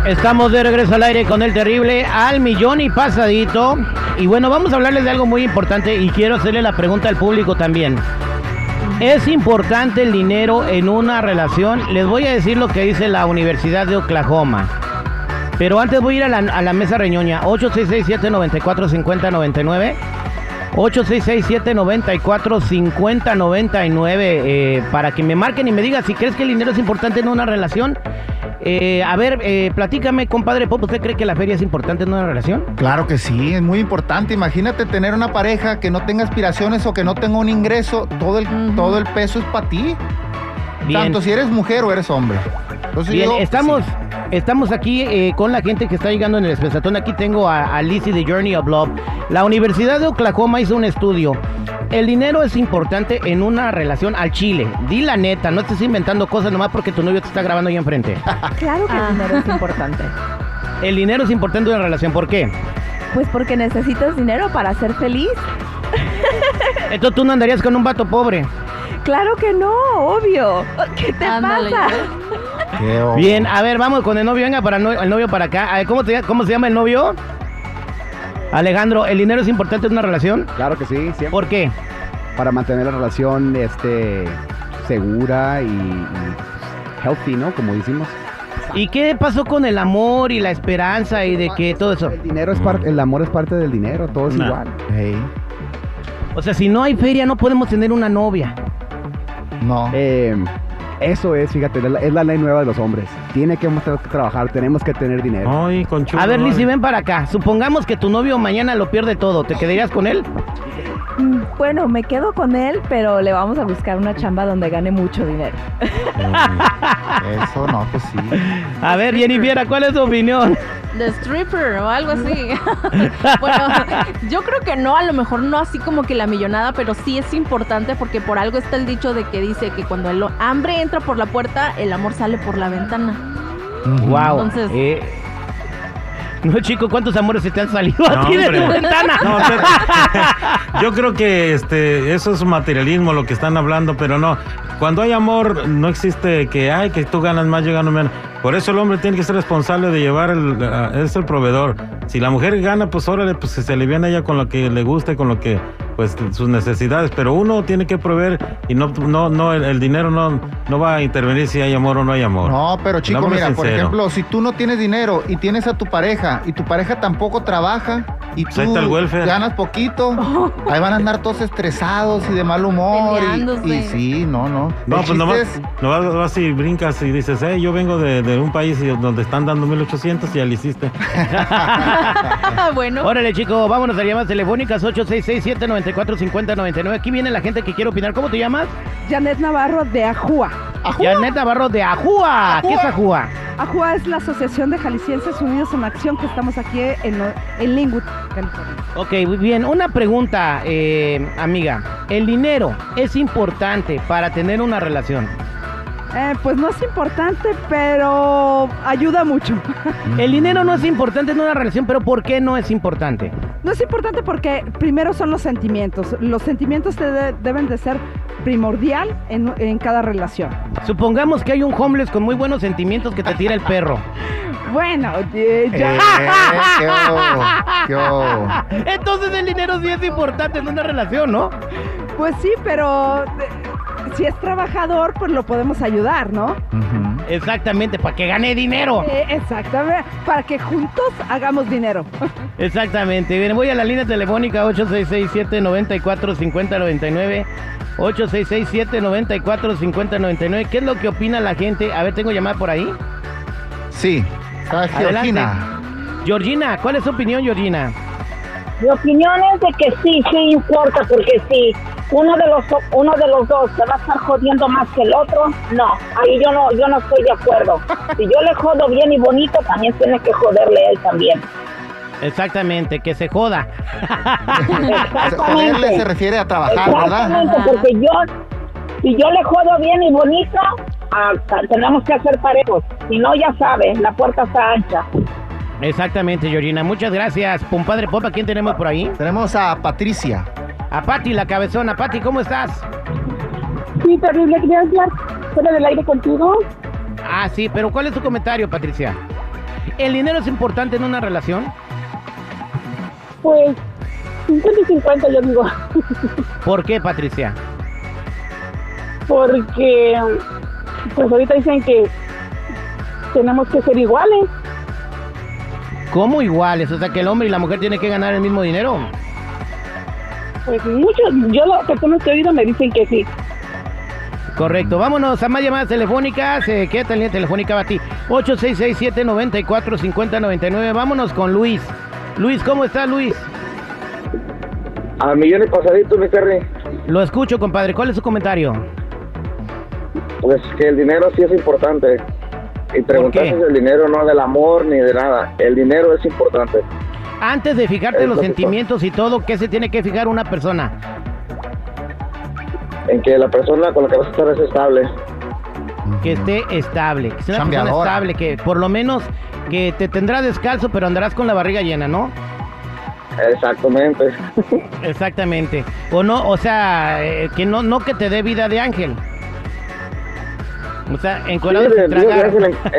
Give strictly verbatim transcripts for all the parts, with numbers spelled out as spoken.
Estamos de regreso al aire con el terrible al millón y pasadito. Y bueno, vamos a hablarles de algo muy importante y quiero hacerle la pregunta al público también. ¿Es importante el dinero en una relación? Les voy a decir lo que dice la Universidad de Oklahoma. Pero antes voy a ir a la, a la mesa reñoña. ocho seis seis, siete nueve cuatro, cinco cero nueve nueve. ocho seis seis, siete nueve cuatro, cinco cero nueve nueve. Eh, para que me marquen y me digan si crees que el dinero es importante en una relación. Eh, a ver, eh, platícame, compadre Pop, ¿usted cree que la feria es importante en una relación? Claro que sí, es muy importante. Imagínate tener una pareja que no tenga aspiraciones o que no tenga un ingreso, todo el, uh-huh. todo el peso es para ti. Bien. Tanto si eres mujer o eres hombre. Entonces, bien, yo, estamos, sí. estamos aquí eh, con la gente que está llegando en el Espensatón. Aquí tengo a, a Lizzie de Journey of Love. La Universidad de Oklahoma hizo un estudio. El dinero es importante en una relación al chile. Di la neta, no estés inventando cosas nomás porque tu novio te está grabando ahí enfrente. Claro que ah. el dinero es importante. El dinero es importante en una relación, ¿por qué? Pues porque necesitas dinero para ser feliz. Entonces tú no andarías con un vato pobre. Claro que no, obvio. ¿Qué te Ándale, pasa? Bien, a ver, vamos con el novio. Venga, para el novio, el novio para acá. A ver, ¿cómo, te, ¿Cómo se llama el novio? Alejandro, ¿el dinero es importante en una relación? Claro que sí, siempre. ¿Por qué? Para mantener la relación este, segura y, y healthy, ¿no? Como decimos. ¿Y qué pasó con el amor y la esperanza y de que todo eso? El dinero es parte, el amor es parte del dinero, todo es no. igual. Hey. O sea, si no hay feria no podemos tener una novia. No. Eh, eso es, fíjate, es la, es la ley nueva de los hombres. Tiene que, que trabajar, tenemos que tener dinero. Ay, conchudo, a ver, Lizzie, ven para acá. Supongamos que tu novio mañana lo pierde todo. ¿Te quedarías con él? Bueno, me quedo con él, pero le vamos a buscar una chamba donde gane mucho dinero. Eh, eso no, pues sí. A ver, Jennifer, ¿cuál es tu opinión? De stripper o algo así. Bueno, yo creo que no, a lo mejor no así como que la millonada, pero sí es importante porque por algo está el dicho de que dice que cuando el hambre entra por la puerta, el amor sale por la ventana. Wow. Entonces... Eh... No, chico, ¿cuántos amores se te han salido no, a ti de tu ventana? No, pero, yo creo que este, eso es materialismo lo que están hablando, pero no. Cuando hay amor, no existe que, ay, que tú ganas más, yo gano menos. Por eso el hombre tiene que ser responsable de llevar, el, uh, es el proveedor. Si la mujer gana, pues órale, pues se aliviana ella con lo que le guste, con lo que, pues sus necesidades. Pero uno tiene que proveer y no, no, no, el, el dinero no, no va a intervenir si hay amor o no hay amor. No, pero chico, mira, por ejemplo, si tú no tienes dinero y tienes a tu pareja y tu pareja tampoco trabaja y tú ganas poquito, ahí van a andar todos estresados y de mal humor. Y, y sí, no, no. No, pues no vas, no vas, vas y brincas y dices, hey, yo vengo de, de un país donde están dando mil ochocientos y ya lo hiciste. Bueno. Órale, chico, vámonos a llamadas telefónicas ocho seis seis, siete nueve cuatro, cinco cero nueve nueve. Aquí viene la gente que quiere opinar. ¿Cómo te llamas? Janet Navarro de Ajúa. ¿Ajúa? Janet Navarro de Ajúa. ¿Qué es Ajúa? Ajúa es la Asociación de Jaliscienses Unidos en Acción que estamos aquí en, en Linwood, California. Ok, muy bien. Una pregunta, eh, amiga. ¿El dinero es importante para tener una relación? Eh, pues no es importante, pero ayuda mucho. El dinero no es importante en una relación, pero ¿por qué no es importante? No es importante porque primero son los sentimientos. Los sentimientos te de, deben de ser primordial en, en cada relación. Supongamos que hay un homeless con muy buenos sentimientos que te tira el perro. Bueno, eh, ya. Eh, qué oh, qué oh. Entonces el dinero sí es importante en una relación, ¿no? Pues sí, pero si es trabajador, pues lo podemos ayudar, ¿no? Uh-huh. Exactamente, para que gane dinero. Eh, exactamente, para que juntos hagamos dinero. Exactamente. Bien, voy a la línea telefónica ocho seis seis, siete nueve cuatro, cinco cero nueve nueve. ocho seis seis, siete nueve cuatro, cinco cero nueve nueve. ¿Qué es lo que opina la gente? A ver, ¿tengo llamada por ahí? Sí. Georgina. Georgina, ¿cuál es tu opinión, Georgina? Mi opinión es de que sí, sí importa, porque si uno de los uno de los dos se va a estar jodiendo más que el otro, no, ahí yo no yo no estoy de acuerdo. Si yo le jodo bien y bonito, también tiene que joderle él también. Exactamente, que se joda. Joderle se refiere a trabajar, ¿verdad? Exactamente, porque yo, si yo le jodo bien y bonito, ah, tenemos que hacer parejos. Si no, ya sabes, la puerta está ancha. Exactamente, Georgina. Muchas gracias. Compadre Pop, ¿a quién tenemos por ahí? Tenemos a Patricia. A Pati, la cabezona. Pati, ¿cómo estás? Sí, terrible. Quería hablar fuera del aire contigo. Ah, sí, pero ¿cuál es tu comentario, Patricia? ¿El dinero es importante en una relación? Pues cincuenta y cincuenta, yo digo. ¿Por qué, Patricia? Porque pues ahorita dicen que tenemos que ser iguales. ¿Cómo iguales? O sea, que el hombre y la mujer tienen que ganar el mismo dinero. Pues muchos, yo las personas que he oído me dicen que sí. Correcto, vámonos a más llamadas telefónicas. Eh, ¿Qué tal línea telefónica va a ti? ocho seis seis siete, nueve cuatro, cinco cero nueve nueve. Vámonos con Luis. Luis, ¿cómo estás, Luis? A millones pasaditos, mi Terry. Lo escucho, compadre. ¿Cuál es su comentario? Pues que el dinero sí es importante. Y preguntarse del dinero, no del amor ni de nada. El dinero es importante. Antes de fijarte en los sentimientos y todo, ¿qué se tiene que fijar una persona? En que la persona con la que vas a estar es estable. Que esté estable, que sea una persona estable, que por lo menos que te tendrá descalzo, pero andarás con la barriga llena, ¿no? Exactamente. Exactamente. O no, o sea, eh, que no, no que te dé vida de ángel. O sea, encuadrado sin tragar.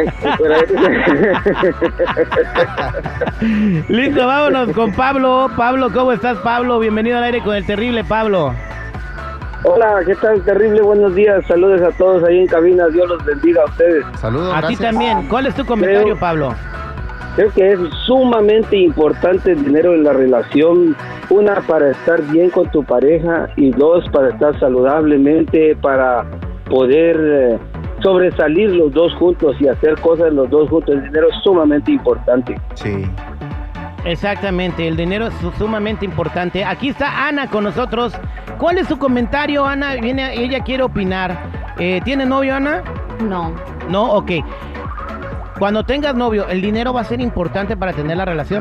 Listo, vámonos con Pablo. Pablo, ¿cómo estás, Pablo? Bienvenido al aire con el terrible Pablo. Hola, ¿qué tal, terrible? Buenos días, saludos a todos ahí en cabina, Dios los bendiga a ustedes. Saludos, a gracias. Ti también. ¿Cuál es tu comentario, creo, Pablo? Creo que es sumamente importante el dinero en la relación, una, para estar bien con tu pareja, y dos, para estar saludablemente, para poder eh, sobresalir los dos juntos y hacer cosas los dos juntos. El dinero es sumamente importante. Sí. Exactamente, el dinero es sumamente importante. Aquí está Ana con nosotros. ¿Cuál es su comentario, Ana? Viene, ella quiere opinar. Eh, ¿Tiene novio, Ana? No. No, ok. Cuando tengas novio, ¿el dinero va a ser importante para tener la relación?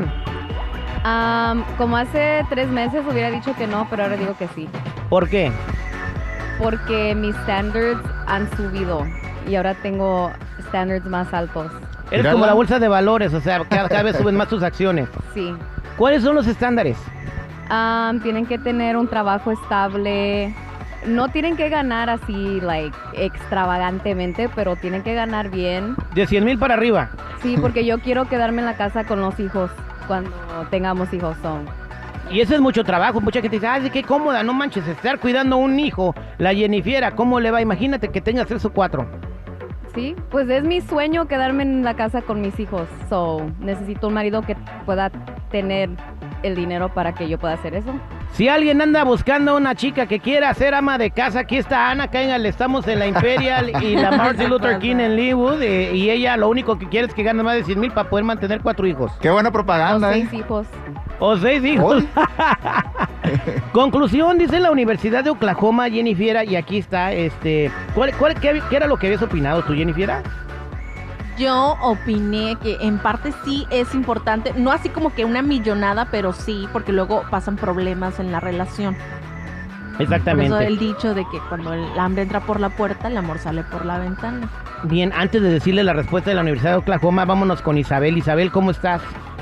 Um, como hace tres meses hubiera dicho que no, pero ahora digo que sí. ¿Por qué? Porque mis standards han subido y ahora tengo standards más altos. Eres ¿Mirala? Como la bolsa de valores, o sea, cada, cada vez suben más tus acciones. Sí. ¿Cuáles son los estándares? Um, tienen que tener un trabajo estable. No tienen que ganar así, like, extravagantemente, pero tienen que ganar bien. ¿De cien mil para arriba? Sí, porque yo quiero quedarme en la casa con los hijos cuando tengamos hijos. Son. Y eso es mucho trabajo. Mucha gente dice, ay, qué cómoda, no manches, estar cuidando a un hijo. La Jennifiera, ¿cómo le va? Imagínate que tengas tres o cuatro. Sí, pues es mi sueño quedarme en la casa con mis hijos. So, necesito un marido que pueda tener el dinero para que yo pueda hacer eso. Si alguien anda buscando a una chica que quiera ser ama de casa, aquí está Ana, cáiganle, estamos en la Imperial y la Martin Luther King en Leawood, eh, y ella lo único que quiere es que gane más de cien mil para poder mantener cuatro hijos. Qué buena propaganda, o seis ¿eh? hijos. O seis hijos. Conclusión, dice la Universidad de Oklahoma, Jennifiera, y aquí está, este, ¿cuál, cuál, qué, qué era lo que habías opinado tú, Jennifiera? Yo opiné que en parte sí es importante, no así como que una millonada, pero sí, porque luego pasan problemas en la relación. Exactamente. Por eso el dicho de que cuando el hambre entra por la puerta, el amor sale por la ventana. Bien, antes de decirle la respuesta de la Universidad de Oklahoma, vámonos con Isabel. Isabel, ¿cómo estás?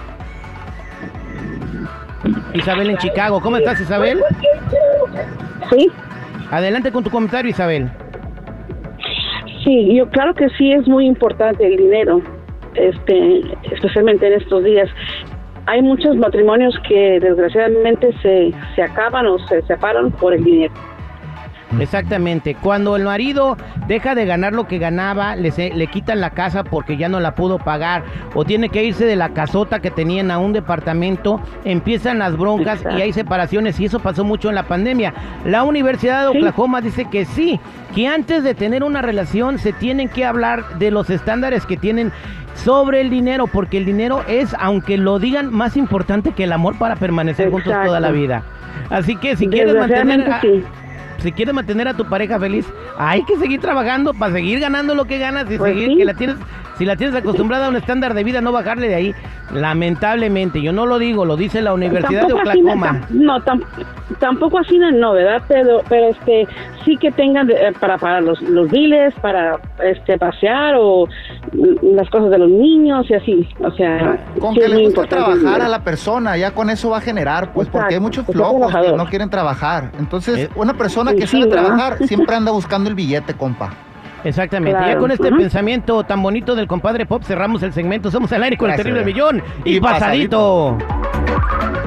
Isabel en Chicago, ¿cómo estás, Isabel? Sí. Adelante con tu comentario, Isabel. Sí, yo claro que sí es muy importante el dinero, este, especialmente en estos días. Hay muchos matrimonios que desgraciadamente se, se acaban o se separan por el dinero. Exactamente, cuando el marido deja de ganar lo que ganaba, le, se, le quitan la casa porque ya no la pudo pagar, o tiene que irse de la casota que tenían a un departamento, empiezan las broncas. Exacto. Y hay separaciones, y eso pasó mucho en la pandemia. La Universidad de Oklahoma sí dice que sí, que antes de tener una relación se tienen que hablar de los estándares que tienen sobre el dinero, porque el dinero es, aunque lo digan, más importante que el amor para permanecer Exacto. juntos toda la vida. Así que si quieres mantener a, sí. si quieres mantener a tu pareja feliz, hay que seguir trabajando para seguir ganando lo que ganas y pues seguir sí. que la tienes, si la tienes acostumbrada a un estándar de vida, no bajarle de ahí. Lamentablemente, yo no lo digo, lo dice la Universidad tampoco de Oklahoma. Así, no, tam, tampoco así no, ¿verdad? Pero, pero este, sí que tengan eh, para pagar los, los biles, para este pasear o las cosas de los niños y así, o sea. Con sí que le guste trabajar a la persona, ya con eso va a generar, pues. Exacto, porque hay muchos flojos que no quieren trabajar. Entonces, una persona que sí, sabe trabajar siempre anda buscando el billete, compa. Exactamente. Claro. Ya con este uh-huh. pensamiento tan bonito del compadre Pop cerramos el segmento. Somos al aire con Gracias. el terrible millón y, Y pasadito. pasadito.